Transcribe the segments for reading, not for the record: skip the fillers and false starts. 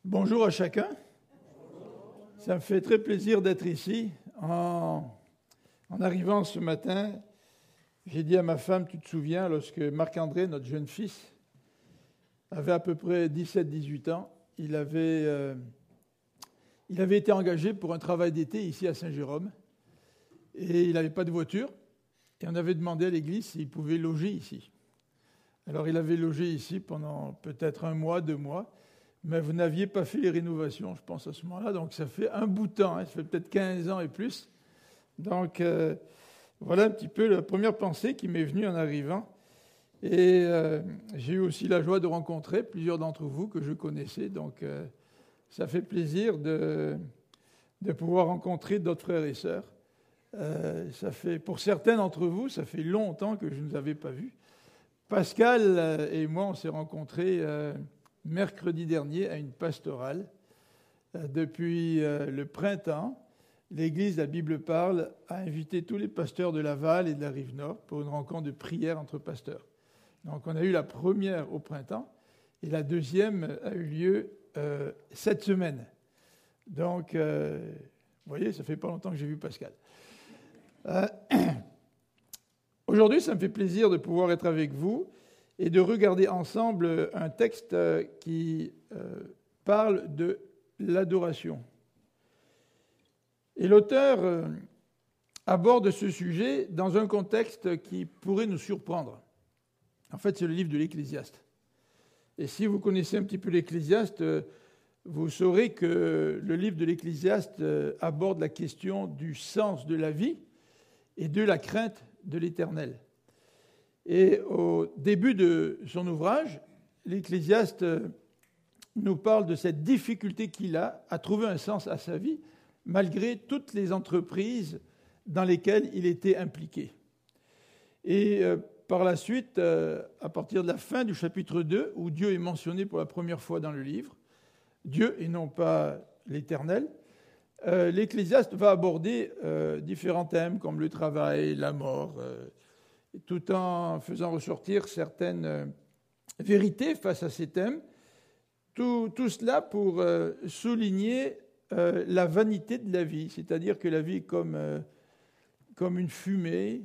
Bonjour à chacun. Ça me fait très plaisir d'être ici. En arrivant ce matin, j'ai dit à ma femme, tu te souviens, lorsque Marc-André, notre jeune fils, avait à peu près 17-18 ans, il avait été engagé pour un travail d'été ici à Saint-Jérôme et il n'avait pas de voiture et on avait demandé à l'église s'il pouvait loger ici. Alors il avait logé ici pendant peut-être 1 mois, 2 mois, mais vous n'aviez pas fait les rénovations, je pense, à ce moment-là, donc ça fait un bout de temps, ça fait peut-être 15 ans et plus. Donc voilà un petit peu la première pensée qui m'est venue en arrivant. Et j'ai eu aussi la joie de rencontrer plusieurs d'entre vous que je connaissais, donc ça fait plaisir de pouvoir rencontrer d'autres frères et sœurs. Pour certains d'entre vous, ça fait longtemps que je ne vous avais pas vus. Pascal et moi, on s'est rencontrés mercredi dernier à une pastorale. Depuis le printemps, l'Église La Bible Parle a invité tous les pasteurs de Laval et de la Rive-Nord pour une rencontre de prière entre pasteurs. Donc on a eu la première au printemps et la deuxième a eu lieu cette semaine. Donc, vous voyez, ça fait pas longtemps que j'ai vu Pascal. Aujourd'hui, ça me fait plaisir de pouvoir être avec vous et de regarder ensemble un texte qui parle de l'adoration. Et l'auteur aborde ce sujet dans un contexte qui pourrait nous surprendre. En fait, c'est le livre de l'Ecclésiaste. Et si vous connaissez un petit peu l'Ecclésiaste, vous saurez que le livre de l'Ecclésiaste aborde la question du sens de la vie et de la crainte de l'Éternel. Et au début de son ouvrage, l'Ecclésiaste nous parle de cette difficulté qu'il a à trouver un sens à sa vie, malgré toutes les entreprises dans lesquelles il était impliqué. Et par la suite, à partir de la fin du chapitre 2, où Dieu est mentionné pour la première fois dans le livre, Dieu et non pas l'Éternel, l'Ecclésiaste va aborder différents thèmes comme le travail, la mort, tout en faisant ressortir certaines vérités face à ces thèmes. Tout cela pour souligner la vanité de la vie, c'est-à-dire que la vie est comme une fumée,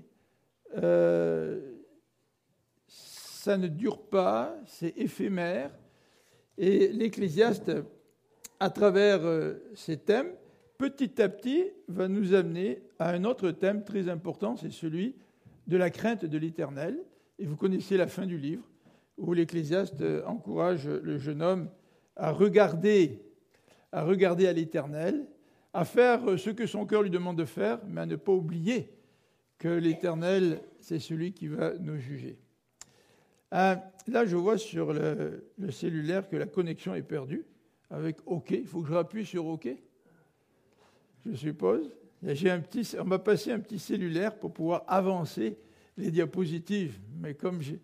ça ne dure pas, c'est éphémère. Et l'Ecclésiaste, à travers ces thèmes, petit à petit, va nous amener à un autre thème très important, c'est celui de la crainte de l'Éternel. Et vous connaissez la fin du livre, où l'Ecclésiaste encourage le jeune homme à regarder à l'Éternel, à faire ce que son cœur lui demande de faire, mais à ne pas oublier que l'Éternel, c'est celui qui va nous juger. Là, je vois sur le cellulaire que la connexion est perdue avec OK. Il faut que je rappuie sur OK, je suppose. On m'a passé un petit cellulaire pour pouvoir avancer les diapositives. Mais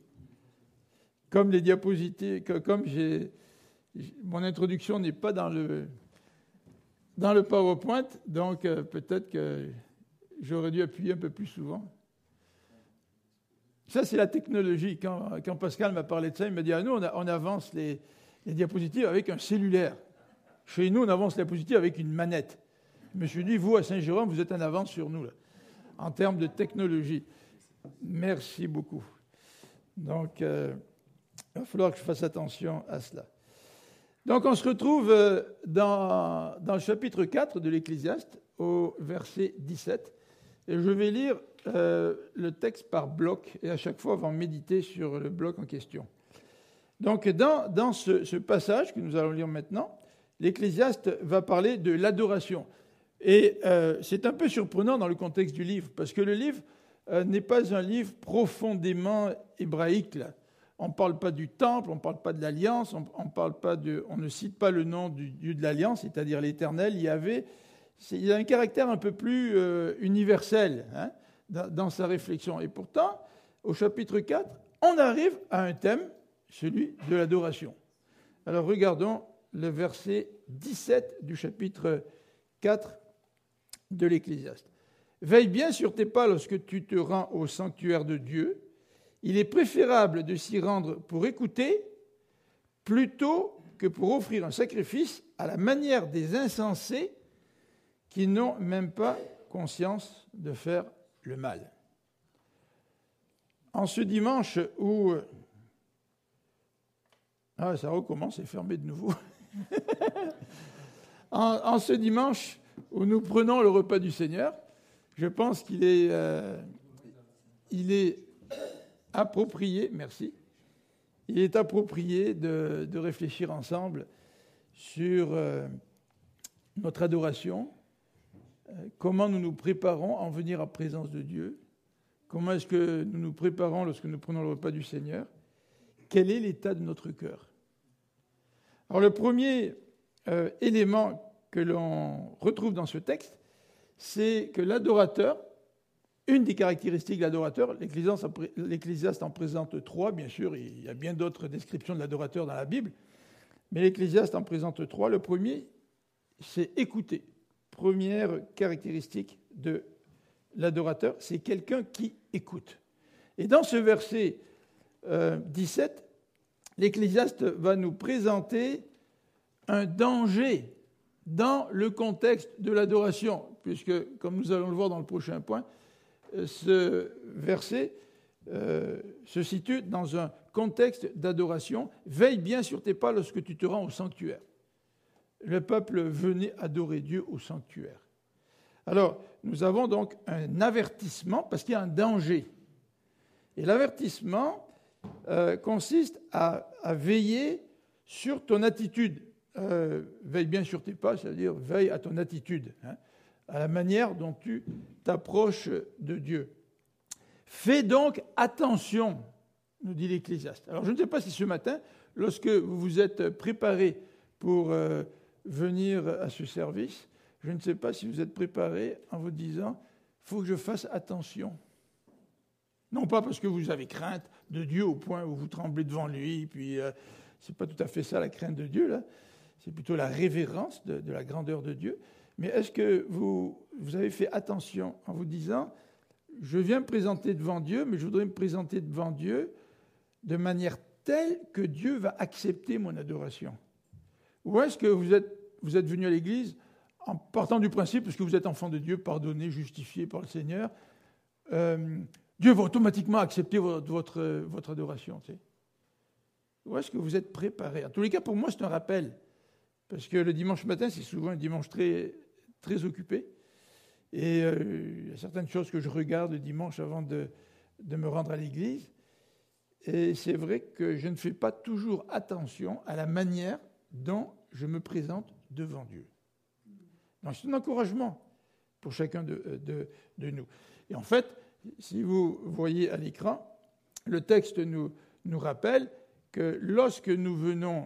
mon introduction n'est pas dans le PowerPoint, donc peut-être que j'aurais dû appuyer un peu plus souvent. Ça, c'est la technologie. Quand Pascal m'a parlé de ça, il m'a dit nous, on avance les diapositives avec un cellulaire. Chez nous, on avance les diapositives avec une manette. Je me suis dit, vous, à Saint-Jérôme, vous êtes en avance sur nous, là, en termes de technologie. Merci beaucoup. Donc, il va falloir que je fasse attention à cela. Donc, on se retrouve dans le chapitre 4 de l'Ecclésiaste, au verset 17. Et je vais lire le texte par bloc, et à chaque fois, on va méditer sur le bloc en question. Donc, dans ce passage que nous allons lire maintenant, l'Ecclésiaste va parler de l'adoration. Et c'est un peu surprenant dans le contexte du livre, parce que le livre n'est pas un livre profondément hébraïque, là. On ne parle pas du temple, on ne parle pas de l'alliance, on ne cite pas le nom du Dieu de l'alliance, c'est-à-dire l'Éternel, Yahvé. Il a un caractère un peu plus universel dans sa réflexion. Et pourtant, au chapitre 4, on arrive à un thème, celui de l'adoration. Alors regardons le verset 17 du chapitre 4 de l'Ecclésiaste. « Veille bien sur tes pas lorsque tu te rends au sanctuaire de Dieu. Il est préférable de s'y rendre pour écouter plutôt que pour offrir un sacrifice à la manière des insensés qui n'ont même pas conscience de faire le mal. En ce dimanche où... Ah, ça recommence, c'est fermé de nouveau. en ce dimanche où nous prenons le repas du Seigneur, je pense qu'il est, approprié, merci, il est approprié de réfléchir ensemble sur notre adoration, comment nous nous préparons à en venir en présence de Dieu, comment est-ce que nous nous préparons lorsque nous prenons le repas du Seigneur, quel est l'état de notre cœur. Alors le premier élément que l'on retrouve dans ce texte, c'est que l'adorateur, une des caractéristiques de l'adorateur, l'Ecclésiaste en présente 3, bien sûr, il y a bien d'autres descriptions de l'adorateur dans la Bible, mais l'Ecclésiaste en présente 3. Le premier, c'est écouter. Première caractéristique de l'adorateur, c'est quelqu'un qui écoute. Et dans ce verset 17, l'Ecclésiaste va nous présenter un danger dans le contexte de l'adoration, puisque, comme nous allons le voir dans le prochain point, ce verset se situe dans un contexte d'adoration. Veille bien sur tes pas lorsque tu te rends au sanctuaire. Le peuple venait adorer Dieu au sanctuaire. Alors, nous avons donc un avertissement, parce qu'il y a un danger. Et l'avertissement consiste à veiller sur ton attitude. Veille bien sur tes pas, c'est-à-dire veille à ton attitude, à la manière dont tu t'approches de Dieu. Fais donc attention, nous dit l'Ecclésiaste. Alors, je ne sais pas si ce matin, lorsque vous vous êtes préparé pour venir à ce service, je ne sais pas si vous êtes préparé en vous disant « il faut que je fasse attention ». Non pas parce que vous avez crainte de Dieu au point où vous tremblez devant lui, puis c'est pas tout à fait ça la crainte de Dieu, là. C'est plutôt la révérence de la grandeur de Dieu. Mais est-ce que vous avez fait attention en vous disant « je viens me présenter devant Dieu, mais je voudrais me présenter devant Dieu de manière telle que Dieu va accepter mon adoration ». Ou est-ce que vous êtes venu à l'Église en partant du principe, parce que vous êtes enfant de Dieu, pardonné, justifié par le Seigneur, Dieu va automatiquement accepter votre adoration, tu sais. Ou est-ce que vous êtes préparé? En tous les cas, pour moi, c'est un rappel. Parce que le dimanche matin, c'est souvent un dimanche très, très occupé. Et il y a certaines choses que je regarde le dimanche avant de me rendre à l'église. Et c'est vrai que je ne fais pas toujours attention à la manière dont je me présente devant Dieu. Donc c'est un encouragement pour chacun de nous. Et en fait, si vous voyez à l'écran, le texte nous rappelle que lorsque nous venons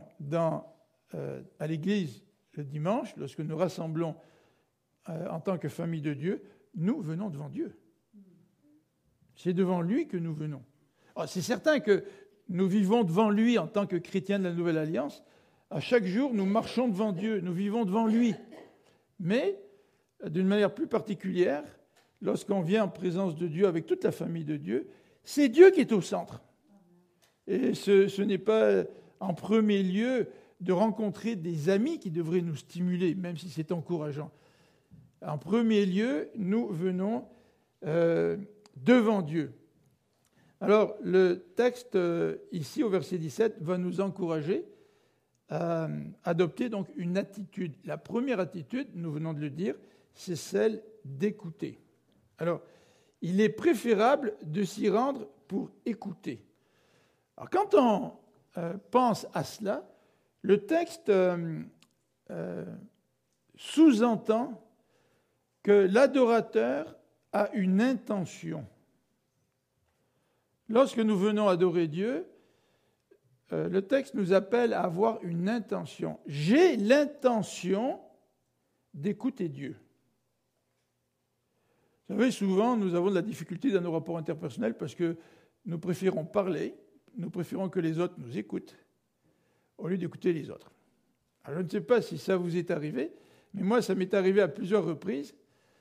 à l'église le dimanche, lorsque nous rassemblons en tant que famille de Dieu, nous venons devant Dieu. C'est devant lui que nous venons. Alors, c'est certain que nous vivons devant lui en tant que chrétiens de la Nouvelle Alliance. À chaque jour, nous marchons devant Dieu, nous vivons devant lui. Mais, d'une manière plus particulière, lorsqu'on vient en présence de Dieu avec toute la famille de Dieu, c'est Dieu qui est au centre. Et ce n'est pas en premier lieu de rencontrer des amis qui devraient nous stimuler, même si c'est encourageant. En premier lieu, nous venons devant Dieu. Alors, le texte, ici, au verset 17, va nous encourager à adopter donc une attitude. La première attitude, nous venons de le dire, c'est celle d'écouter. Alors, il est préférable de s'y rendre pour écouter. Alors, quand on pense à cela, le texte sous-entend que l'adorateur a une intention. Lorsque nous venons adorer Dieu, le texte nous appelle à avoir une intention. J'ai l'intention d'écouter Dieu. Vous savez, souvent, nous avons de la difficulté dans nos rapports interpersonnels parce que nous préférons parler, nous préférons que les autres nous écoutent au lieu d'écouter les autres. Alors, je ne sais pas si ça vous est arrivé, mais moi, ça m'est arrivé à plusieurs reprises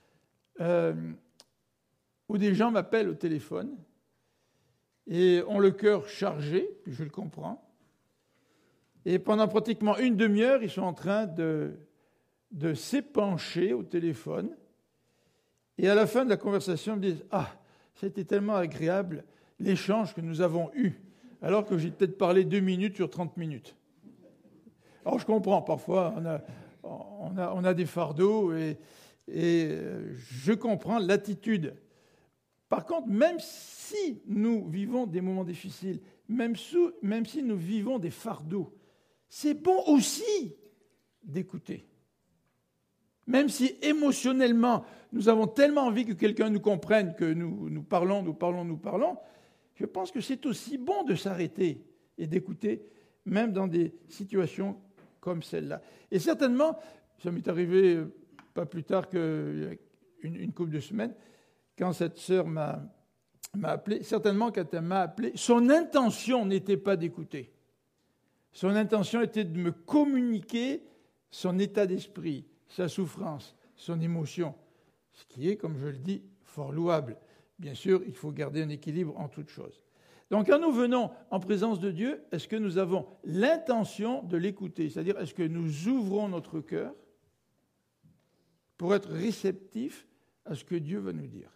où des gens m'appellent au téléphone et ont le cœur chargé, puis je le comprends. Et pendant pratiquement une demi-heure, ils sont en train de s'épancher au téléphone. Et à la fin de la conversation, ils me disent « Ah, c'était tellement agréable l'échange que nous avons eu, alors que j'ai peut-être parlé 2 minutes sur 30 minutes. » Alors je comprends, parfois on a des fardeaux et je comprends l'attitude. Par contre, même si nous vivons des moments difficiles, même si nous vivons des fardeaux, c'est bon aussi d'écouter. Même si émotionnellement, nous avons tellement envie que quelqu'un nous comprenne que nous parlons, je pense que c'est aussi bon de s'arrêter et d'écouter, même dans des situations comme celle-là. Et certainement, ça m'est arrivé pas plus tard qu'une couple de semaines, quand cette sœur m'a appelé, certainement quand elle m'a appelé, son intention n'était pas d'écouter. Son intention était de me communiquer son état d'esprit, sa souffrance, son émotion, ce qui est, comme je le dis, fort louable. Bien sûr, il faut garder un équilibre en toutes choses. Donc, quand nous venons en présence de Dieu, est-ce que nous avons l'intention de l'écouter? C'est-à-dire, est-ce que nous ouvrons notre cœur pour être réceptifs à ce que Dieu va nous dire?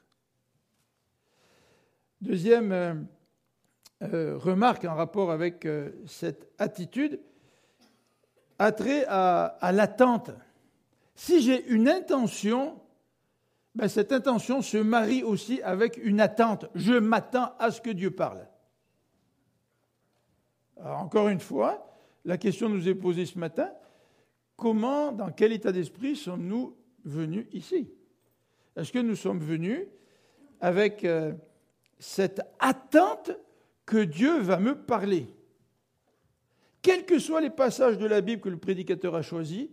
Deuxième remarque en rapport avec cette attitude, a trait à l'attente. Si j'ai une intention, cette intention se marie aussi avec une attente. Je m'attends à ce que Dieu parle. Alors, encore une fois, la question nous est posée ce matin, dans quel état d'esprit sommes-nous venus ici? Est-ce que nous sommes venus avec cette attente que Dieu va me parler? Quels que soient les passages de la Bible que le prédicateur a choisis,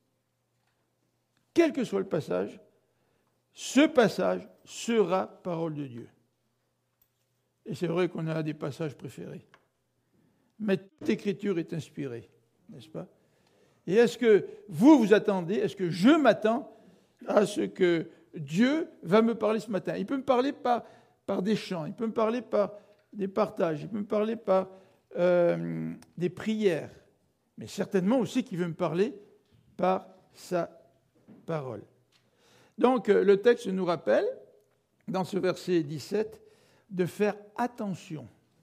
quel que soit le passage, ce passage sera parole de Dieu. Et c'est vrai qu'on a des passages préférés. Mais toute écriture est inspirée, n'est-ce pas? Et est-ce que vous attendez, est-ce que je m'attends à ce que Dieu va me parler ce matin? Il peut me parler par des chants, il peut me parler par des partages, il peut me parler par des prières, mais certainement aussi qu'il veut me parler par sa parole. Donc, le texte nous rappelle, dans ce verset 17, de faire attention.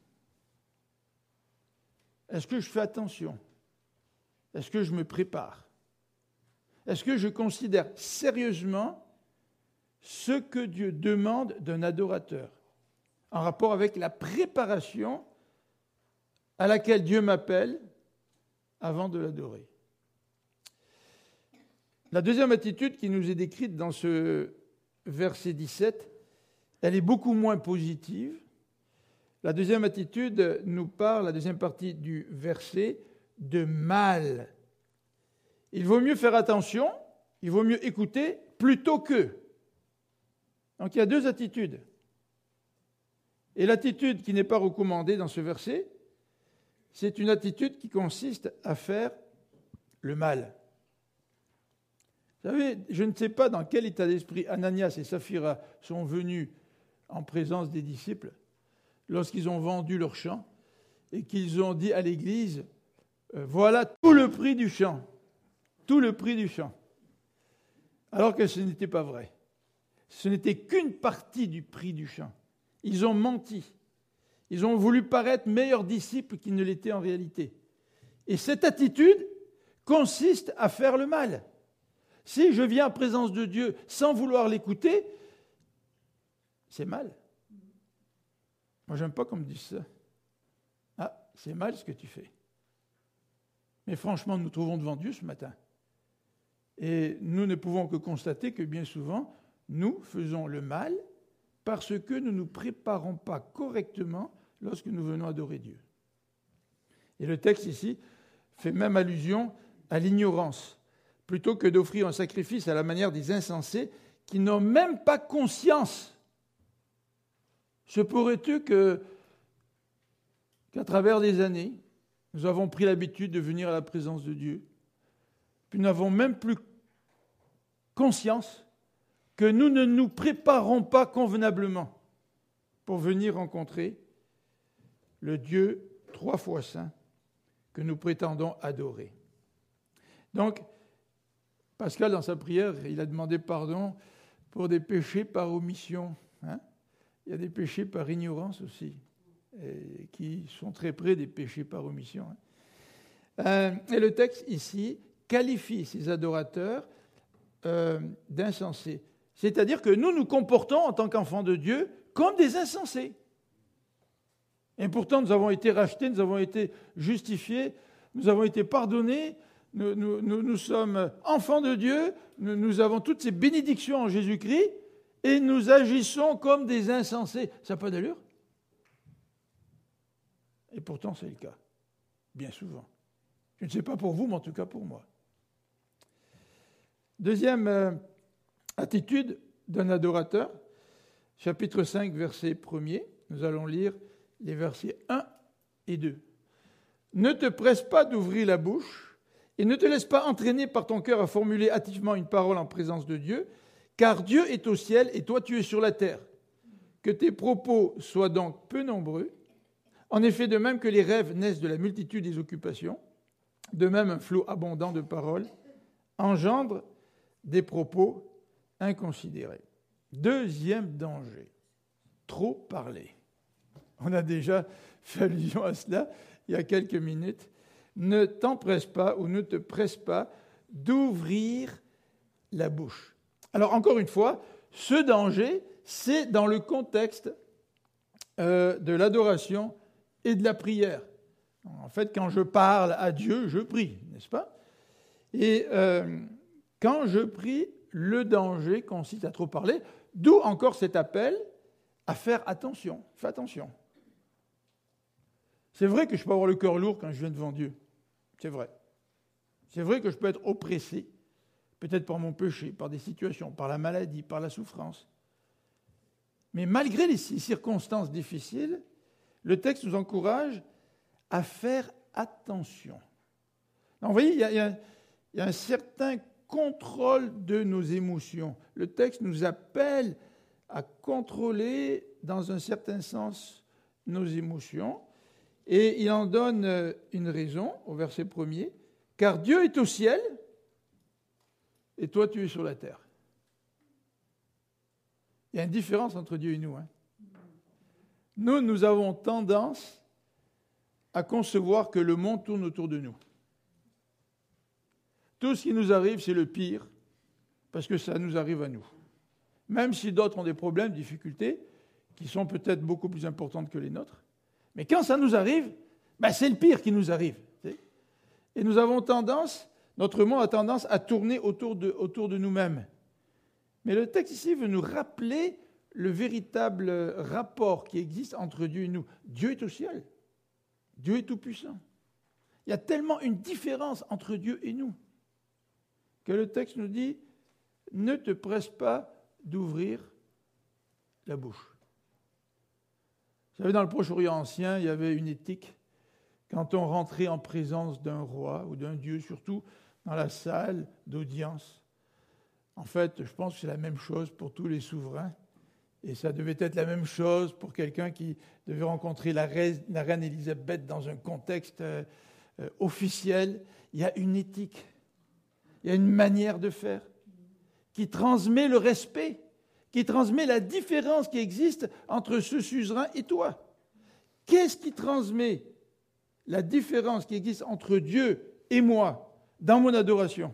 Est-ce que je fais attention? Est-ce que je me prépare? Est-ce que je considère sérieusement ce que Dieu demande d'un adorateur en rapport avec la préparation à laquelle Dieu m'appelle avant de l'adorer? La deuxième attitude qui nous est décrite dans ce verset 17, elle est beaucoup moins positive. La deuxième attitude nous parle, la deuxième partie du verset, de mal. Il vaut mieux faire attention, il vaut mieux écouter plutôt que. Donc il y a deux attitudes. Et l'attitude qui n'est pas recommandée dans ce verset, c'est une attitude qui consiste à faire le mal. Vous savez, je ne sais pas dans quel état d'esprit Ananias et Saphira sont venus en présence des disciples lorsqu'ils ont vendu leur champ et qu'ils ont dit à l'Église, voilà tout le prix du champ. Tout le prix du champ. Alors que ce n'était pas vrai. Ce n'était qu'une partie du prix du champ. Ils ont menti. Ils ont voulu paraître meilleurs disciples qu'ils ne l'étaient en réalité. Et cette attitude consiste à faire le mal. Si je viens en présence de Dieu sans vouloir l'écouter, c'est mal. Moi, j'aime pas qu'on me dise ça. Ah, c'est mal ce que tu fais. Mais franchement, nous nous trouvons devant Dieu ce matin. Et nous ne pouvons que constater que bien souvent, nous faisons le mal parce que nous ne nous préparons pas correctement lorsque nous venons adorer Dieu. Et le texte ici fait même allusion à l'ignorance. Plutôt que d'offrir un sacrifice à la manière des insensés qui n'ont même pas conscience. Se pourrait-il qu'à travers des années, nous avons pris l'habitude de venir à la présence de Dieu, puis nous n'avons même plus conscience que nous ne nous préparons pas convenablement pour venir rencontrer le Dieu 3 fois saint que nous prétendons adorer. Donc, Pascal, dans sa prière, il a demandé pardon pour des péchés par omission. Il y a des péchés par ignorance aussi, qui sont très près des péchés par omission. Et le texte ici qualifie ces adorateurs d'insensés. C'est-à-dire que nous nous comportons en tant qu'enfants de Dieu comme des insensés. Et pourtant, nous avons été rachetés, nous avons été justifiés, nous avons été pardonnés, nous sommes enfants de Dieu, nous avons toutes ces bénédictions en Jésus-Christ, et nous agissons comme des insensés. Ça n'a pas d'allure? Et pourtant, c'est le cas, bien souvent. Je ne sais pas pour vous, mais en tout cas pour moi. Deuxième attitude d'un adorateur, chapitre 5, verset 1er, nous allons lire les versets 1 et 2. « Ne te presse pas d'ouvrir la bouche et ne te laisse pas entraîner par ton cœur à formuler hâtivement une parole en présence de Dieu, car Dieu est au ciel et toi tu es sur la terre. Que tes propos soient donc peu nombreux. En effet, de même que les rêves naissent de la multitude des occupations, de même un flot abondant de paroles engendre des propos inconsidérés. » Deuxième danger, trop parler. On a déjà fait allusion à cela il y a quelques minutes. Ne t'empresse pas ou ne te presse pas d'ouvrir la bouche. Alors encore une fois, ce danger, c'est dans le contexte de l'adoration et de la prière. En fait, quand je parle à Dieu, je prie, n'est-ce pas? Et quand je prie, le danger consiste à trop parler, d'où encore cet appel à faire attention. Fais attention. C'est vrai que je peux avoir le cœur lourd quand je viens devant Dieu. C'est vrai. C'est vrai que je peux être oppressé, peut-être par mon péché, par des situations, par la maladie, par la souffrance. Mais malgré les circonstances difficiles, le texte nous encourage à faire attention. Alors, vous voyez, il y a un certain contrôle de nos émotions. Le texte nous appelle à contrôler, dans un certain sens, nos émotions. Et il en donne une raison, au verset 1er, « Car Dieu est au ciel, et toi tu es sur la terre. » Il y a une différence entre Dieu et nous. Nous avons tendance à concevoir que le monde tourne autour de nous. Tout ce qui nous arrive, c'est le pire, parce que ça nous arrive à nous. Même si d'autres ont des problèmes, des difficultés, qui sont peut-être beaucoup plus importantes que les nôtres. Mais quand ça nous arrive, c'est le pire qui nous arrive. Et nous avons tendance, notre monde a tendance à tourner autour de nous-mêmes. Mais le texte ici veut nous rappeler le véritable rapport qui existe entre Dieu et nous. Dieu est au ciel. Dieu est tout-puissant. Il y a tellement une différence entre Dieu et nous que le texte nous dit « Ne te presse pas d'ouvrir la bouche ». Vous savez, dans le Proche-Orient ancien, il y avait une éthique. Quand on rentrait en présence d'un roi ou d'un dieu, surtout dans la salle d'audience, en fait, je pense que c'est la même chose pour tous les souverains. Et ça devait être la même chose pour quelqu'un qui devait rencontrer la reine Élisabeth dans un contexte officiel. Il y a une éthique, il y a une manière de faire qui transmet le respect, qui transmet la différence qui existe entre ce suzerain et toi. Qu'est-ce qui transmet la différence qui existe entre Dieu et moi dans mon adoration?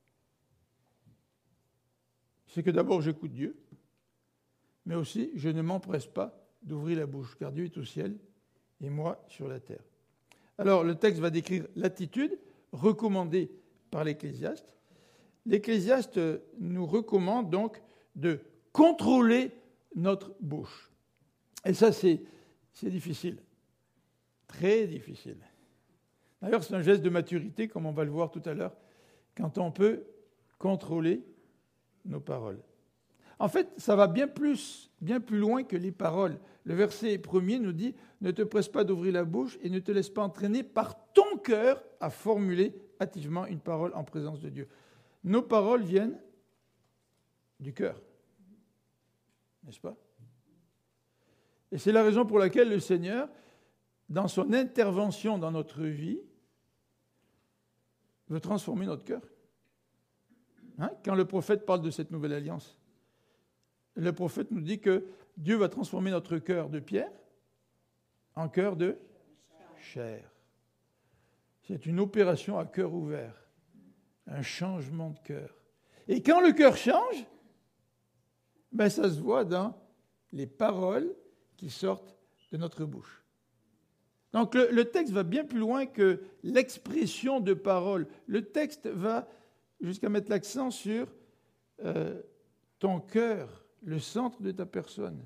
C'est que d'abord j'écoute Dieu, mais aussi je ne m'empresse pas d'ouvrir la bouche, car Dieu est au ciel et moi sur la terre. Alors le texte va décrire l'attitude recommandée par l'Ecclésiaste. L'Ecclésiaste nous recommande donc de contrôler notre bouche. Et ça, c'est difficile, très difficile. D'ailleurs, c'est un geste de maturité, comme on va le voir tout à l'heure, quand on peut contrôler nos paroles. En fait, ça va bien plus loin que les paroles. Le verset 1er nous dit « Ne te presse pas d'ouvrir la bouche et ne te laisse pas entraîner par ton cœur à formuler hâtivement une parole en présence de Dieu. » Nos paroles viennent du cœur, n'est-ce pas? Et c'est la raison pour laquelle le Seigneur, dans son intervention dans notre vie, veut transformer notre cœur. Quand le prophète parle de cette nouvelle alliance, le prophète nous dit que Dieu va transformer notre cœur de pierre en cœur de chair. C'est une opération à cœur ouvert, un changement de cœur. Et quand le cœur change, ça se voit dans les paroles qui sortent de notre bouche. Donc le texte va bien plus loin que l'expression de paroles. Le texte va jusqu'à mettre l'accent sur ton cœur, le centre de ta personne.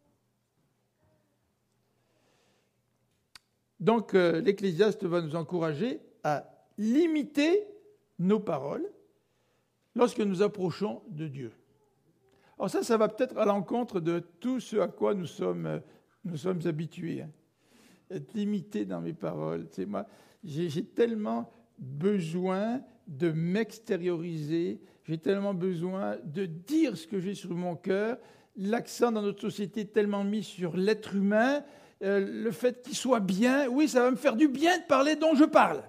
Donc l'Ecclésiaste va nous encourager à limiter nos paroles lorsque nous approchons de Dieu. Alors ça va peut-être à l'encontre de tout ce à quoi nous sommes habitués. Être limité dans mes paroles. Tu sais, moi, j'ai tellement besoin de m'extérioriser, j'ai tellement besoin de dire ce que j'ai sur mon cœur. L'accent dans notre société est tellement mis sur l'être humain, le fait qu'il soit bien. Oui, ça va me faire du bien de parler dont je parle.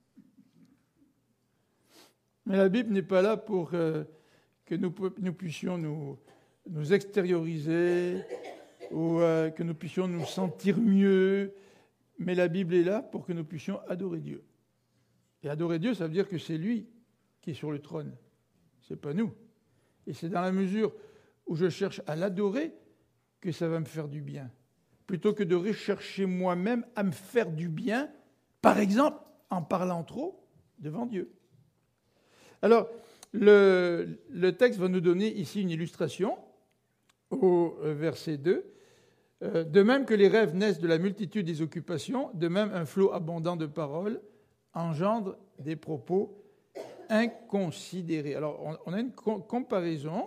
Mais la Bible n'est pas là pour que nous puissions nous extérioriser ou que nous puissions nous sentir mieux. Mais la Bible est là pour que nous puissions adorer Dieu. Et adorer Dieu, ça veut dire que c'est lui qui est sur le trône. Ce n'est pas nous. Et c'est dans la mesure où je cherche à l'adorer que ça va me faire du bien. Plutôt que de rechercher moi-même à me faire du bien, par exemple, en parlant trop devant Dieu. Alors, le texte va nous donner ici une illustration au verset 2. De même que les rêves naissent de la multitude des occupations, de même un flot abondant de paroles engendre des propos inconsidérés. Alors, on a une comparaison.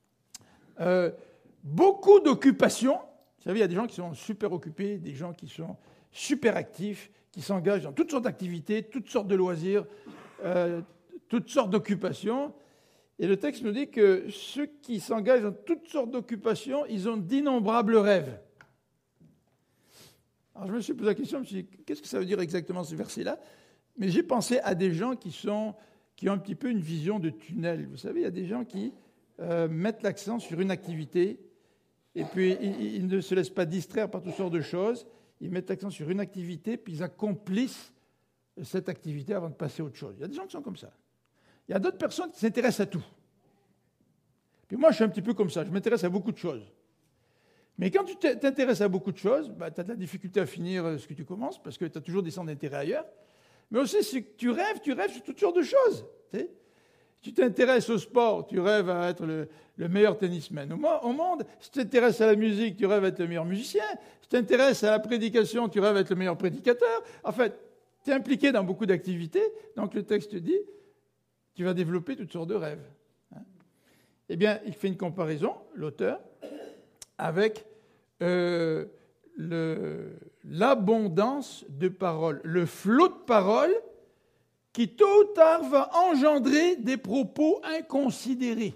Beaucoup d'occupations. Vous savez, il y a des gens qui sont super occupés, des gens qui sont super actifs, qui s'engagent dans toutes sortes d'activités, toutes sortes de loisirs, toutes sortes d'occupations. Et le texte nous dit que ceux qui s'engagent dans toutes sortes d'occupations, ils ont d'innombrables rêves. Alors je me suis posé la question, je me suis dit, qu'est-ce que ça veut dire exactement ce verset-là ? Mais j'ai pensé à des gens qui ont un petit peu une vision de tunnel. Vous savez, il y a des gens qui mettent l'accent sur une activité, et puis ils ne se laissent pas distraire par toutes sortes de choses. Ils mettent l'accent sur une activité, puis ils accomplissent cette activité avant de passer à autre chose. Il y a des gens qui sont comme ça. Il y a d'autres personnes qui s'intéressent à tout. Puis moi, je suis un petit peu comme ça. Je m'intéresse à beaucoup de choses. Mais quand tu t'intéresses à beaucoup de choses, tu as de la difficulté à finir ce que tu commences, parce que tu as toujours des centres d'intérêt ailleurs. Mais aussi, si tu rêves sur toutes sortes de choses. Tu sais. Si tu t'intéresses au sport, tu rêves à être le meilleur tennisman au monde. Si tu t'intéresses à la musique, tu rêves à être le meilleur musicien. Si tu t'intéresses à la prédication, tu rêves à être le meilleur prédicateur. En fait, tu es impliqué dans beaucoup d'activités. Donc le texte dit, tu vas développer toutes sortes de rêves. Eh bien, il fait une comparaison, l'auteur, avec l'abondance de paroles, le flot de paroles qui, tôt ou tard, va engendrer des propos inconsidérés.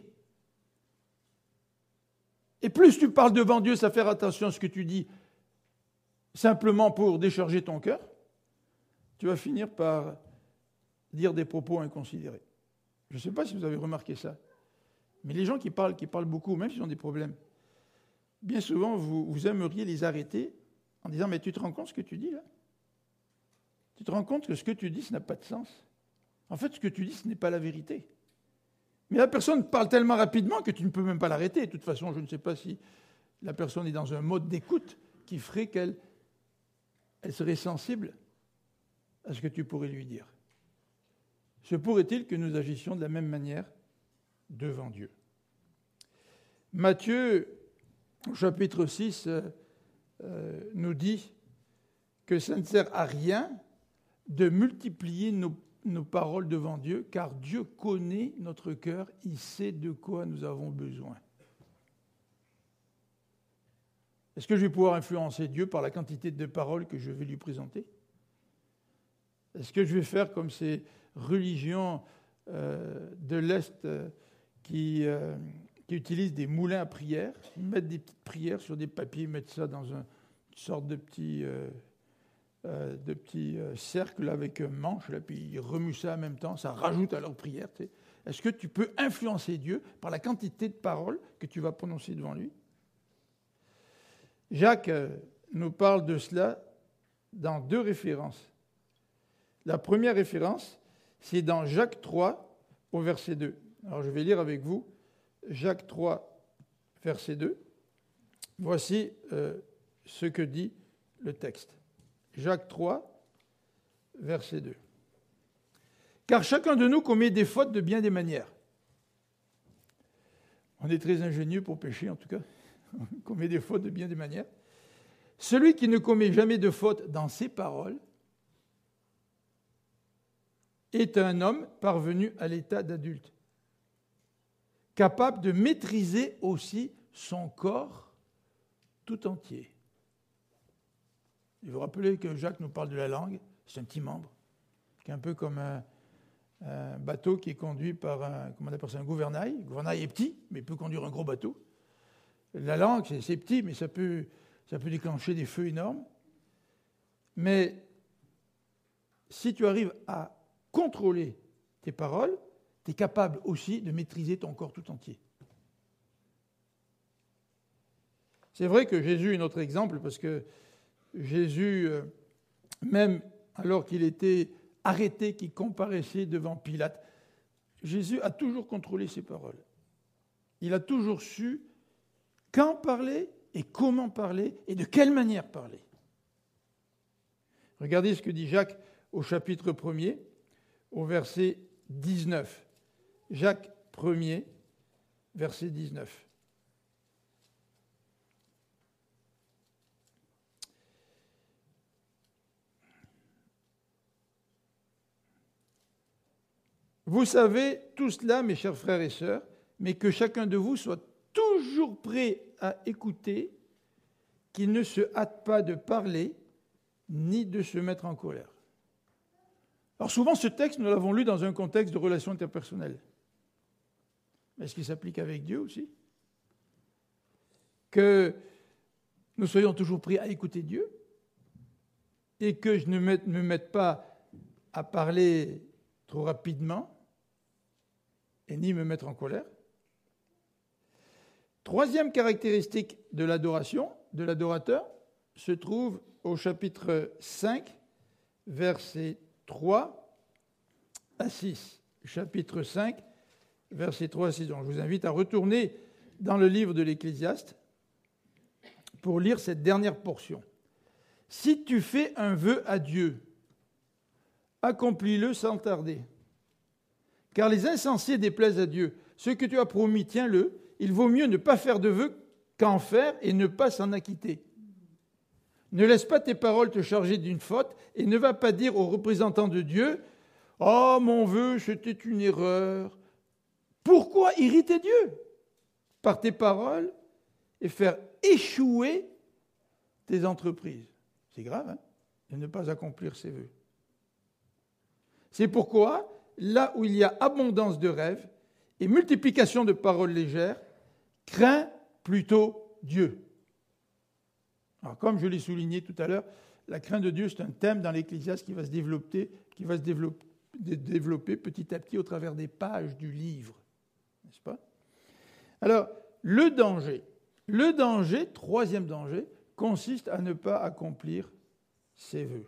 Et plus tu parles devant Dieu, ça fait attention à ce que tu dis, simplement pour décharger ton cœur, tu vas finir par dire des propos inconsidérés. Je ne sais pas si vous avez remarqué ça, mais les gens qui parlent beaucoup, même s'ils ont des problèmes, bien souvent, vous aimeriez les arrêter en disant « Mais tu te rends compte ce que tu dis là ? Tu te rends compte que ce que tu dis, ça n'a pas de sens. En fait, ce que tu dis, ce n'est pas la vérité. » Mais la personne parle tellement rapidement que tu ne peux même pas l'arrêter. De toute façon, je ne sais pas si la personne est dans un mode d'écoute qui ferait qu'elle serait sensible à ce que tu pourrais lui dire. Se pourrait-il que nous agissions de la même manière devant Dieu ? Matthieu, au chapitre 6, nous dit que ça ne sert à rien de multiplier nos paroles devant Dieu, car Dieu connaît notre cœur, il sait de quoi nous avons besoin. Est-ce que je vais pouvoir influencer Dieu par la quantité de paroles que je vais lui présenter ? Est-ce que je vais faire comme ces religions de l'Est qui utilisent des moulins à prière, ils mettent des petites prières sur des papiers, ils mettent ça dans une sorte de petit de petits cercles avec manches, là, puis ils remuent ça en même temps, ça rajoute à leur prière. Tu sais. Est-ce que tu peux influencer Dieu par la quantité de paroles que tu vas prononcer devant lui? Jacques nous parle de cela dans 2 références. La première référence, c'est dans Jacques 3, au verset 2. Alors je vais lire avec vous Jacques 3, verset 2. Voici ce que dit le texte. Jacques 3, verset 2. Car chacun de nous commet des fautes de bien des manières. On est très ingénieux pour pécher, en tout cas. On commet des fautes de bien des manières. Celui qui ne commet jamais de faute dans ses paroles est un homme parvenu à l'état d'adulte, capable de maîtriser aussi son corps tout entier. Il vous rappelez que Jacques nous parle de la langue, c'est un petit membre, qui est un peu comme un bateau qui est conduit par un gouvernail. Le gouvernail est petit, mais il peut conduire un gros bateau. La langue, c'est petit, mais ça peut déclencher des feux énormes. Mais si tu arrives à contrôler tes paroles, tu es capable aussi de maîtriser ton corps tout entier. C'est vrai que Jésus est notre exemple, parce que Jésus, même alors qu'il était arrêté, qu'il comparaissait devant Pilate, Jésus a toujours contrôlé ses paroles. Il a toujours su quand parler et comment parler et de quelle manière parler. Regardez ce que dit Jacques au chapitre 1er, au verset 19. Jacques 1er, verset 19. Vous savez tout cela, mes chers frères et sœurs, mais que chacun de vous soit toujours prêt à écouter, qu'il ne se hâte pas de parler, ni de se mettre en colère. Alors souvent, ce texte, nous l'avons lu dans un contexte de relations interpersonnelles. Mais est-ce qu'il s'applique avec Dieu aussi? Que nous soyons toujours prêts à écouter Dieu et que je ne me mette pas à parler trop rapidement et ni me mettre en colère. Troisième caractéristique de l'adoration, de l'adorateur, se trouve au chapitre 5, versets 3 à 6. Chapitre 5, versets 3 à 6. Donc, je vous invite à retourner dans le livre de l'Ecclésiaste pour lire cette dernière portion. Si tu fais un vœu à Dieu, accomplis-le sans tarder. Car les insensés déplaisent à Dieu. Ce que tu as promis, tiens-le. Il vaut mieux ne pas faire de vœu qu'en faire et ne pas s'en acquitter. Ne laisse pas tes paroles te charger d'une faute et ne va pas dire aux représentants de Dieu « Oh, mon vœu, c'était une erreur. » Pourquoi irriter Dieu par tes paroles et faire échouer tes entreprises? C'est grave, hein, de ne pas accomplir ses vœux. C'est pourquoi, là où il y a abondance de rêves et multiplication de paroles légères, crains plutôt Dieu. Alors, comme je l'ai souligné tout à l'heure, la crainte de Dieu, c'est un thème dans l'Ecclésiaste qui va se développer petit à petit au travers des pages du livre. N'est-ce pas? Alors, le danger, troisième danger, consiste à ne pas accomplir ses vœux.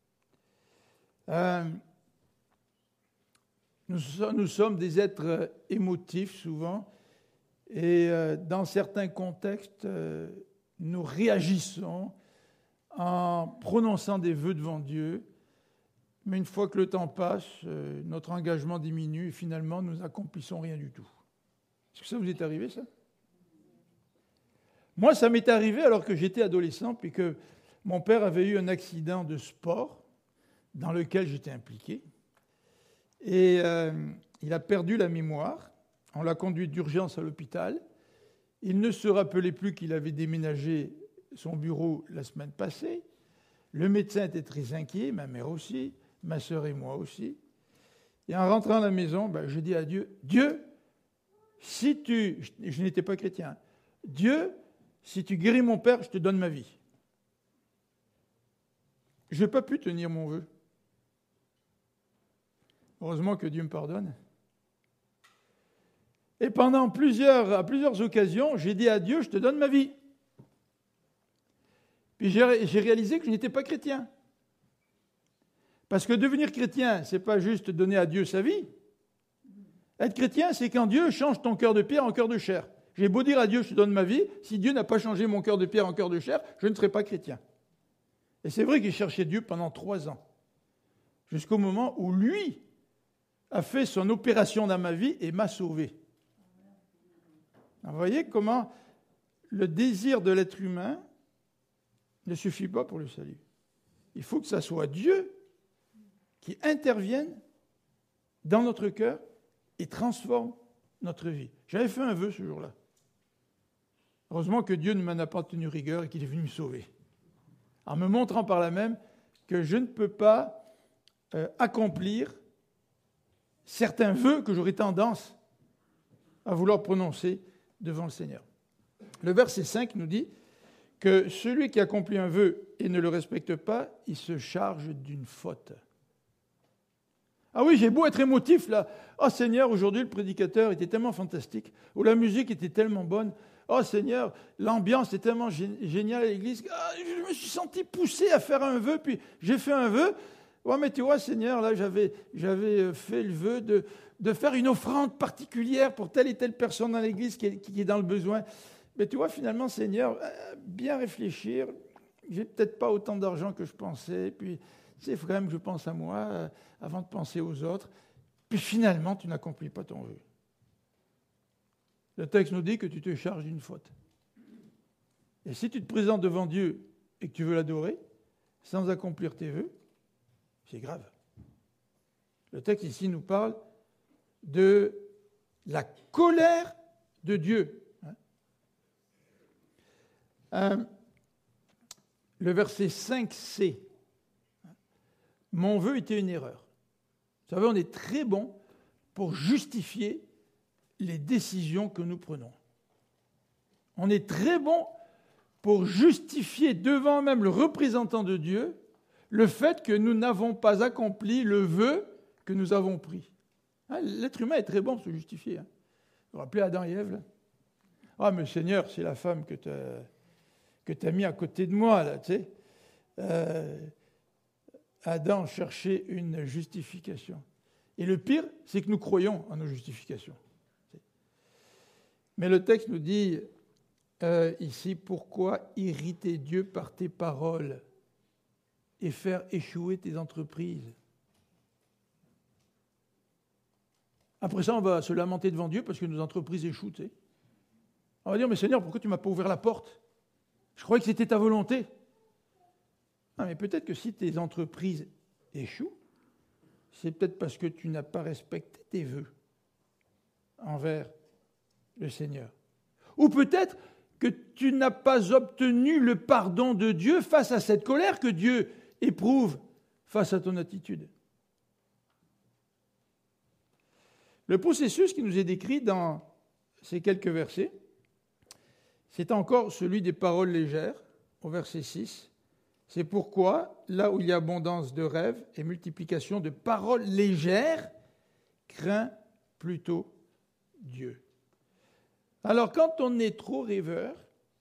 Nous sommes des êtres émotifs souvent, et dans certains contextes, nous réagissons en prononçant des vœux devant Dieu, mais une fois que le temps passe, notre engagement diminue et finalement nous n'accomplissons rien du tout. Est-ce que ça vous est arrivé, ça? Moi, ça m'est arrivé alors que j'étais adolescent, puis que mon père avait eu un accident de sport dans lequel j'étais impliqué. Et il a perdu la mémoire. On l'a conduit d'urgence à l'hôpital. Il ne se rappelait plus qu'il avait déménagé son bureau la semaine passée. Le médecin était très inquiet, ma mère aussi, ma sœur et moi aussi. Et en rentrant à la maison, je dis à Dieu, « Dieu, si tu... » Je n'étais pas chrétien. « Dieu, si tu guéris mon père, je te donne ma vie. » je n'ai pas pu tenir mon vœu. Heureusement que Dieu me pardonne. Et à plusieurs occasions, j'ai dit à Dieu, je te donne ma vie. Puis j'ai réalisé que je n'étais pas chrétien. Parce que devenir chrétien, ce n'est pas juste donner à Dieu sa vie. Être chrétien, c'est quand Dieu change ton cœur de pierre en cœur de chair. J'ai beau dire à Dieu, je te donne ma vie, si Dieu n'a pas changé mon cœur de pierre en cœur de chair, je ne serai pas chrétien. Et c'est vrai que j'ai cherché Dieu pendant 3 ans, jusqu'au moment où lui a fait son opération dans ma vie et m'a sauvé. Alors, vous voyez comment le désir de l'être humain ne suffit pas pour le salut. Il faut que ça soit Dieu qui intervienne dans notre cœur et transforme notre vie. J'avais fait un vœu ce jour-là. Heureusement que Dieu ne m'en a pas tenu rigueur et qu'il est venu me sauver. En me montrant par là même que je ne peux pas accomplir certains vœux que j'aurais tendance à vouloir prononcer devant le Seigneur. Le verset 5 nous dit que celui qui accomplit un vœu et ne le respecte pas, il se charge d'une faute. Ah oui, j'ai beau être émotif là. Oh Seigneur, aujourd'hui le prédicateur était tellement fantastique, ou la musique était tellement bonne. Oh Seigneur, l'ambiance est tellement géniale à l'église. Ah, je me suis senti poussé à faire un vœu, puis j'ai fait un vœu. Ouais, mais tu vois, Seigneur, là j'avais fait le vœu de faire une offrande particulière pour telle et telle personne dans l'église qui est dans le besoin. Mais tu vois, finalement, Seigneur, bien réfléchir, j'ai peut-être pas autant d'argent que je pensais, puis c'est quand même que je pense à moi avant de penser aux autres. Puis finalement, tu n'accomplis pas ton vœu. Le texte nous dit que tu te charges d'une faute. Et si tu te présentes devant Dieu et que tu veux l'adorer, sans accomplir tes vœux, c'est grave. Le texte ici nous parle de la colère de Dieu. Le verset 5c. Mon vœu était une erreur. Vous savez, on est très bon pour justifier les décisions que nous prenons. On est très bon pour justifier devant même le représentant de Dieu le fait que nous n'avons pas accompli le vœu que nous avons pris. L'être humain est très bon pour se justifier. Vous vous rappelez Adam et Ève là ? Ah, mais Seigneur, c'est la femme que tu as mis à côté de moi, là, tu sais. Adam cherchait une justification. Et le pire, c'est que nous croyons en nos justifications. Mais le texte nous dit ici, pourquoi irriter Dieu par tes paroles et faire échouer tes entreprises ? Après ça, on va se lamenter devant Dieu parce que nos entreprises échouent. Tu sais. On va dire, mais Seigneur, pourquoi tu ne m'as pas ouvert la porte ? Je croyais que c'était ta volonté. Non, mais peut-être que si tes entreprises échouent, c'est peut-être parce que tu n'as pas respecté tes vœux envers le Seigneur. Ou peut-être que tu n'as pas obtenu le pardon de Dieu face à cette colère que Dieu éprouve face à ton attitude. Le processus qui nous est décrit dans ces quelques versets, c'est encore celui des paroles légères, au verset 6. C'est pourquoi, là où il y a abondance de rêves et multiplication de paroles légères, crains plutôt Dieu. Alors, quand on est trop rêveur,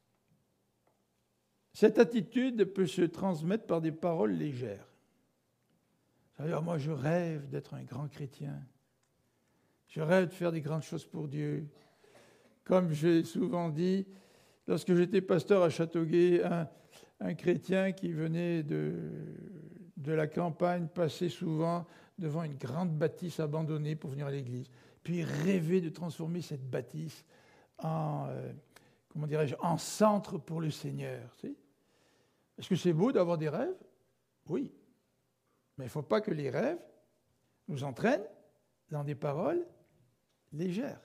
cette attitude peut se transmettre par des paroles légères. C'est-à-dire, moi, je rêve d'être un grand chrétien. Je rêve de faire des grandes choses pour Dieu. Comme j'ai souvent dit, lorsque j'étais pasteur à Châteauguay, un chrétien qui venait de la campagne passait souvent devant une grande bâtisse abandonnée pour venir à l'église. Puis il rêvait de transformer cette bâtisse en centre pour le Seigneur. Tu sais. Est-ce que c'est beau d'avoir des rêves ? Oui. Mais il ne faut pas que les rêves nous entraînent dans des paroles légères.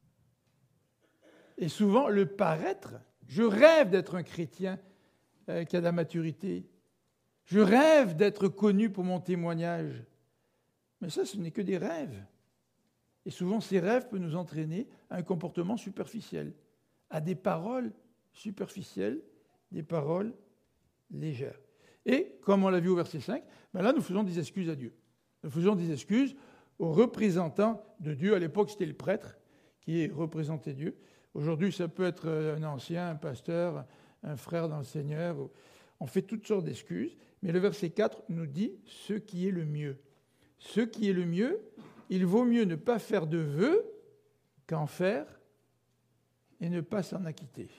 Et souvent, le paraître, je rêve d'être un chrétien qui a de la maturité. Je rêve d'être connu pour mon témoignage. Mais ça, ce n'est que des rêves. Et souvent, ces rêves peuvent nous entraîner à un comportement superficiel, à des paroles superficielles, des paroles légères. Et, comme on l'a vu au verset 5, là, nous faisons des excuses à Dieu. Nous faisons des excuses aux représentants de Dieu. À l'époque, c'était le prêtre qui représentait Dieu. Aujourd'hui, ça peut être un ancien, un pasteur, un frère dans le Seigneur. On fait toutes sortes d'excuses. Mais le verset 4 nous dit ce qui est le mieux. Ce qui est le mieux, il vaut mieux ne pas faire de vœux qu'en faire et ne pas s'en acquitter.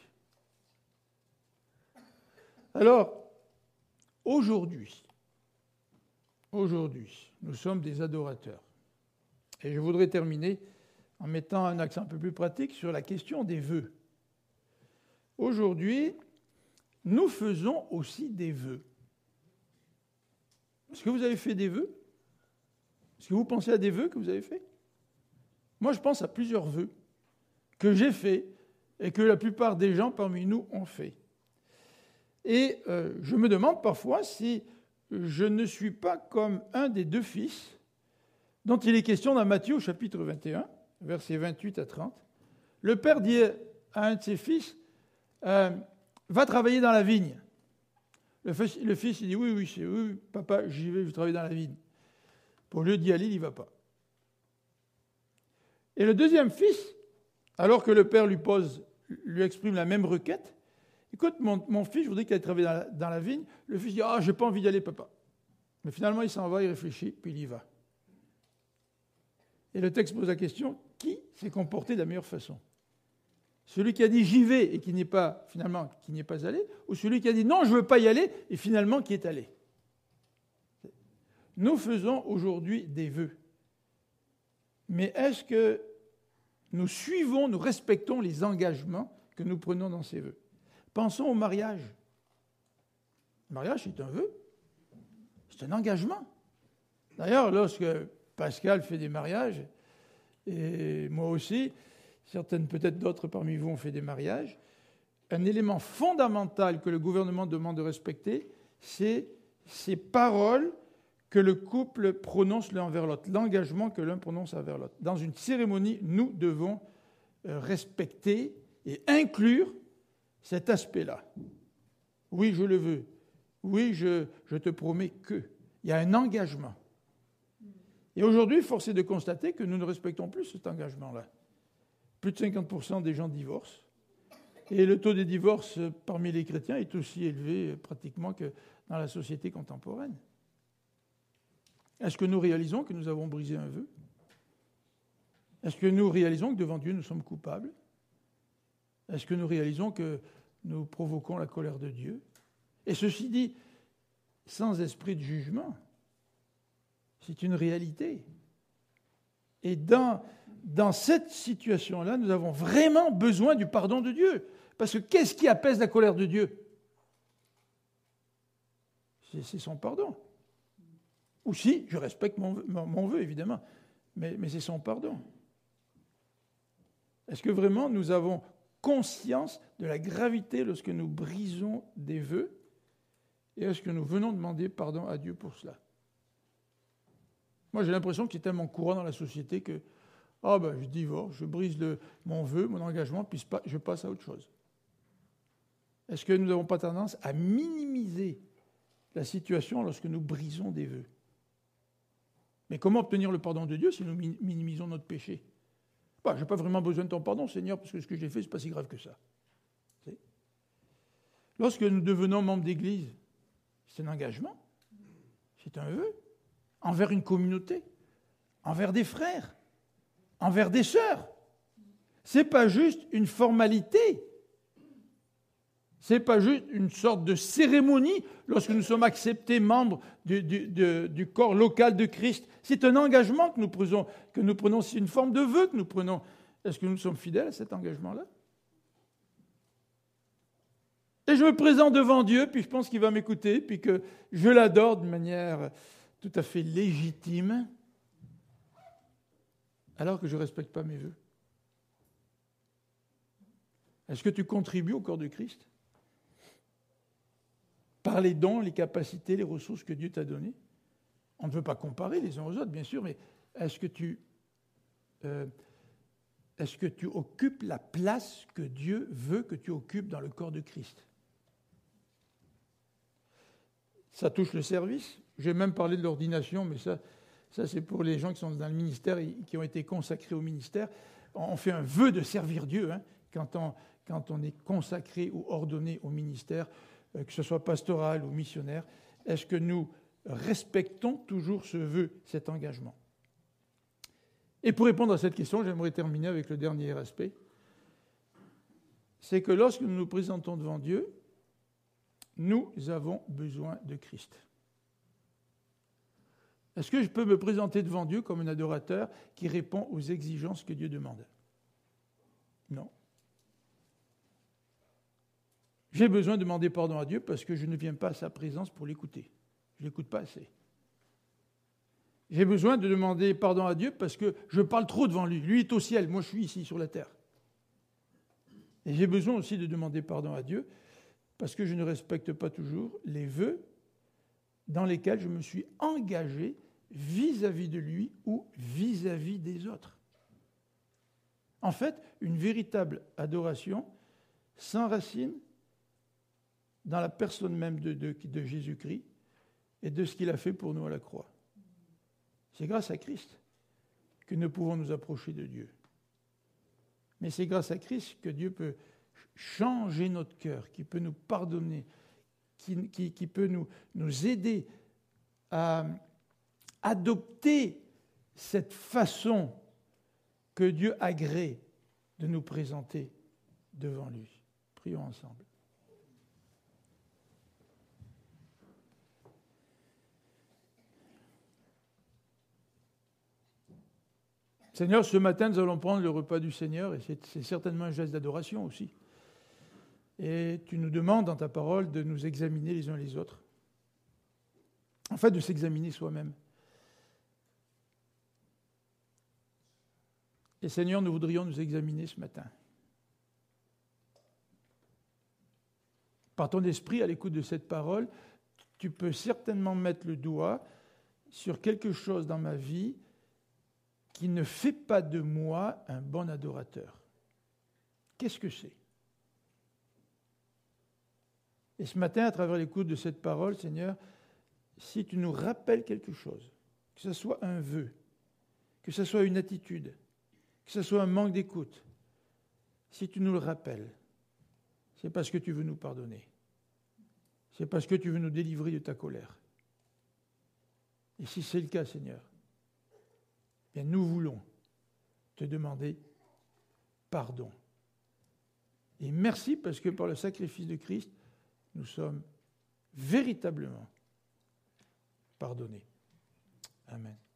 Alors, aujourd'hui, nous sommes des adorateurs. Et je voudrais terminer en mettant un accent un peu plus pratique sur la question des vœux. Aujourd'hui, nous faisons aussi des vœux. Est-ce que vous avez fait des vœux? Est-ce que vous pensez à des vœux que vous avez faits? Moi, je pense à plusieurs vœux que j'ai faits et que la plupart des gens parmi nous ont fait. Et je me demande parfois si je ne suis pas comme un des deux fils dont il est question dans Matthieu au chapitre 21, versets 28 à 30. Le père dit à un de ses fils, va travailler dans la vigne. Le fils, il dit, oui, papa, j'y vais, je travaille dans la vigne. Pour lieu d'y aller, il n'y va pas. Et le deuxième fils, alors que le père lui exprime la même requête, écoute, mon fils, je voudrais qu'il aille travailler dans la vigne. Le fils dit, je n'ai pas envie d'y aller, papa. Mais finalement, il s'en va, il réfléchit, puis il y va. Et le texte pose la question, qui s'est comporté de la meilleure façon? Celui qui a dit j'y vais et qui n'est pas allé, ou celui qui a dit non, je ne veux pas y aller et finalement qui est allé? Nous faisons aujourd'hui des vœux. Mais est-ce que nous suivons, nous respectons les engagements que nous prenons dans ces vœux? Pensons au mariage. Le mariage, c'est un vœu. C'est un engagement. D'ailleurs, lorsque Pascal fait des mariages, et moi aussi, certaines, peut-être d'autres parmi vous ont fait des mariages, un élément fondamental que le gouvernement demande de respecter, c'est ces paroles que le couple prononce l'un envers l'autre, l'engagement que l'un prononce envers l'autre. Dans une cérémonie, nous devons respecter et inclure cet aspect-là. Oui, je le veux. Oui, je te promets que. Il y a un engagement. Et aujourd'hui, force est de constater que nous ne respectons plus cet engagement-là. Plus de 50% des gens divorcent. Et le taux de divorce parmi les chrétiens est aussi élevé pratiquement que dans la société contemporaine. Est-ce que nous réalisons que nous avons brisé un vœu? Est-ce que nous réalisons que devant Dieu nous sommes coupables? Est-ce que nous réalisons que nous provoquons la colère de Dieu? Et ceci dit, sans esprit de jugement. C'est une réalité. Et dans cette situation-là, nous avons vraiment besoin du pardon de Dieu. Parce que qu'est-ce qui apaise la colère de Dieu? C'est son pardon. Ou si, je respecte mon vœu, évidemment, mais c'est son pardon. Est-ce que vraiment nous avons conscience de la gravité lorsque nous brisons des vœux? Et est-ce que nous venons demander pardon à Dieu pour cela? Moi, j'ai l'impression que c'est tellement courant dans la société que je divorce, je brise mon vœu, mon engagement, puis je passe à autre chose. Est-ce que nous n'avons pas tendance à minimiser la situation lorsque nous brisons des vœux? Mais comment obtenir le pardon de Dieu si nous minimisons notre péché? Je n'ai pas vraiment besoin de ton pardon, Seigneur, parce que ce que j'ai fait, ce n'est pas si grave que ça. Lorsque nous devenons membres d'Église, c'est un engagement, c'est un vœu, envers une communauté, envers des frères, envers des sœurs. Ce n'est pas juste une formalité. Ce n'est pas juste une sorte de cérémonie lorsque nous sommes acceptés membres du corps local de Christ. C'est un engagement que nous prenons, c'est une forme de vœu que nous prenons. Est-ce que nous sommes fidèles à cet engagement-là? Et je me présente devant Dieu, puis je pense qu'il va m'écouter, puis que je l'adore de manière tout à fait légitime, alors que je ne respecte pas mes vœux. Est-ce que tu contribues au corps de Christ? Par les dons, les capacités, les ressources que Dieu t'a données. On ne veut pas comparer les uns aux autres, bien sûr, mais est-ce que tu occupes la place que Dieu veut que tu occupes dans le corps de Christ? Ça touche le service. J'ai même parlé de l'ordination, mais ça c'est pour les gens qui sont dans le ministère et qui ont été consacrés au ministère. On fait un vœu de servir Dieu quand on est consacré ou ordonné au ministère, que ce soit pastoral ou missionnaire. Est-ce que nous respectons toujours ce vœu, cet engagement? Et pour répondre à cette question, j'aimerais terminer avec le dernier aspect. C'est que lorsque nous nous présentons devant Dieu, nous avons besoin de Christ. Est-ce que je peux me présenter devant Dieu comme un adorateur qui répond aux exigences que Dieu demande? Non. J'ai besoin de demander pardon à Dieu parce que je ne viens pas à sa présence pour l'écouter. Je ne l'écoute pas assez. J'ai besoin de demander pardon à Dieu parce que je parle trop devant lui. Lui est au ciel, moi je suis ici sur la terre. Et j'ai besoin aussi de demander pardon à Dieu parce que je ne respecte pas toujours les vœux dans lesquels je me suis engagé vis-à-vis de lui ou vis-à-vis des autres. En fait, une véritable adoration s'enracine dans la personne même de Jésus-Christ et de ce qu'il a fait pour nous à la croix. C'est grâce à Christ que nous pouvons nous approcher de Dieu. Mais c'est grâce à Christ que Dieu peut changer notre cœur, qui peut nous pardonner, qui peut nous aider à adopter cette façon que Dieu agrée de nous présenter devant lui. Prions ensemble. Seigneur, ce matin, nous allons prendre le repas du Seigneur, et c'est certainement un geste d'adoration aussi. Et tu nous demandes dans ta parole de nous examiner les uns les autres. En fait, de s'examiner soi-même. Et Seigneur, nous voudrions nous examiner ce matin. Par ton esprit, à l'écoute de cette parole, tu peux certainement mettre le doigt sur quelque chose dans ma vie qui ne fait pas de moi un bon adorateur. Qu'est-ce que c'est? Et ce matin, à travers l'écoute de cette parole, Seigneur, si tu nous rappelles quelque chose, que ce soit un vœu, que ce soit une attitude, que ce soit un manque d'écoute, si tu nous le rappelles, c'est parce que tu veux nous pardonner. C'est parce que tu veux nous délivrer de ta colère. Et si c'est le cas, Seigneur, bien nous voulons te demander pardon. Et merci parce que par le sacrifice de Christ, nous sommes véritablement pardonnés. Amen.